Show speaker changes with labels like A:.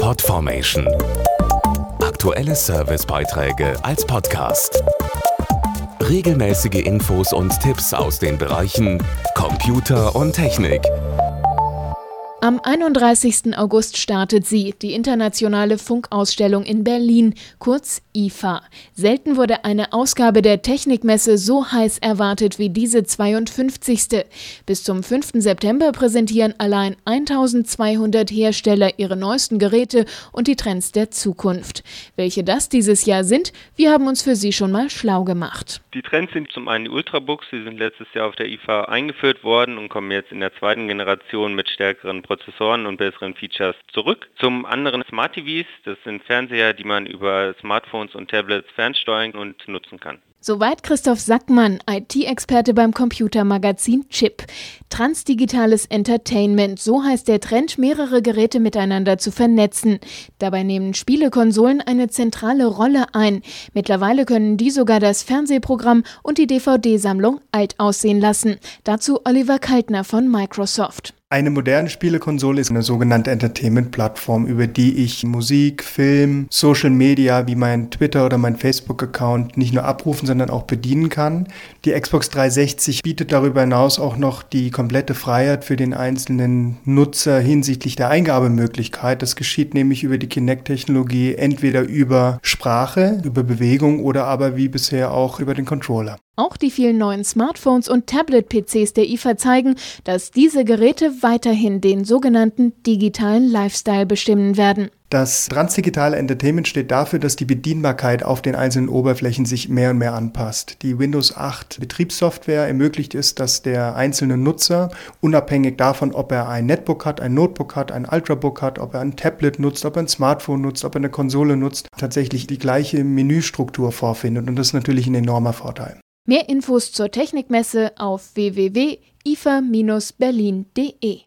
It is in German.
A: Podformation. Aktuelle Servicebeiträge als Podcast. Regelmäßige Infos und Tipps aus den Bereichen Computer und Technik.
B: Am 31. August startet sie, die internationale Funkausstellung in Berlin, kurz IFA. Selten wurde eine Ausgabe der Technikmesse so heiß erwartet wie diese 52. Bis zum 5. September präsentieren allein 1200 Hersteller ihre neuesten Geräte und die Trends der Zukunft. Welche das dieses Jahr sind, wir haben uns für Sie schon mal schlau gemacht.
C: Die Trends sind zum einen die Ultrabooks, die sind letztes Jahr auf der IFA eingeführt worden und kommen jetzt in der zweiten Generation mit stärkeren Prozessoren und besseren Features zurück. Zum anderen Smart TVs, das sind Fernseher, die man über Smartphones und Tablets fernsteuern und nutzen kann.
B: Soweit Christoph Sackmann, IT-Experte beim Computermagazin Chip. Transdigitales Entertainment, so heißt der Trend, mehrere Geräte miteinander zu vernetzen. Dabei nehmen Spielekonsolen eine zentrale Rolle ein. Mittlerweile können die sogar das Fernsehprogramm und die DVD-Sammlung alt aussehen lassen. Dazu Oliver Kaltner von Microsoft.
D: Eine moderne Spielekonsole ist eine sogenannte Entertainment-Plattform, über die ich Musik, Film, Social Media wie mein Twitter- oder mein Facebook-Account nicht nur abrufen, sondern auch bedienen kann. Die Xbox 360 bietet darüber hinaus auch noch die komplette Freiheit für den einzelnen Nutzer hinsichtlich der Eingabemöglichkeit. Das geschieht nämlich über die Kinect-Technologie, entweder über Sprache, über Bewegung oder aber wie bisher auch über den Controller.
B: Auch die vielen neuen Smartphones und Tablet-PCs der IFA zeigen, dass diese Geräte weiterhin den sogenannten digitalen Lifestyle bestimmen werden.
D: Das transdigitale Entertainment steht dafür, dass die Bedienbarkeit auf den einzelnen Oberflächen sich mehr und mehr anpasst. Die Windows 8 Betriebssoftware ermöglicht es, dass der einzelne Nutzer, unabhängig davon, ob er ein Netbook hat, ein Notebook hat, ein Ultrabook hat, ob er ein Tablet nutzt, ob er ein Smartphone nutzt, ob er eine Konsole nutzt, tatsächlich die gleiche Menüstruktur vorfindet. Und das ist natürlich ein enormer Vorteil.
B: Mehr Infos zur Technikmesse auf www.ifa-berlin.de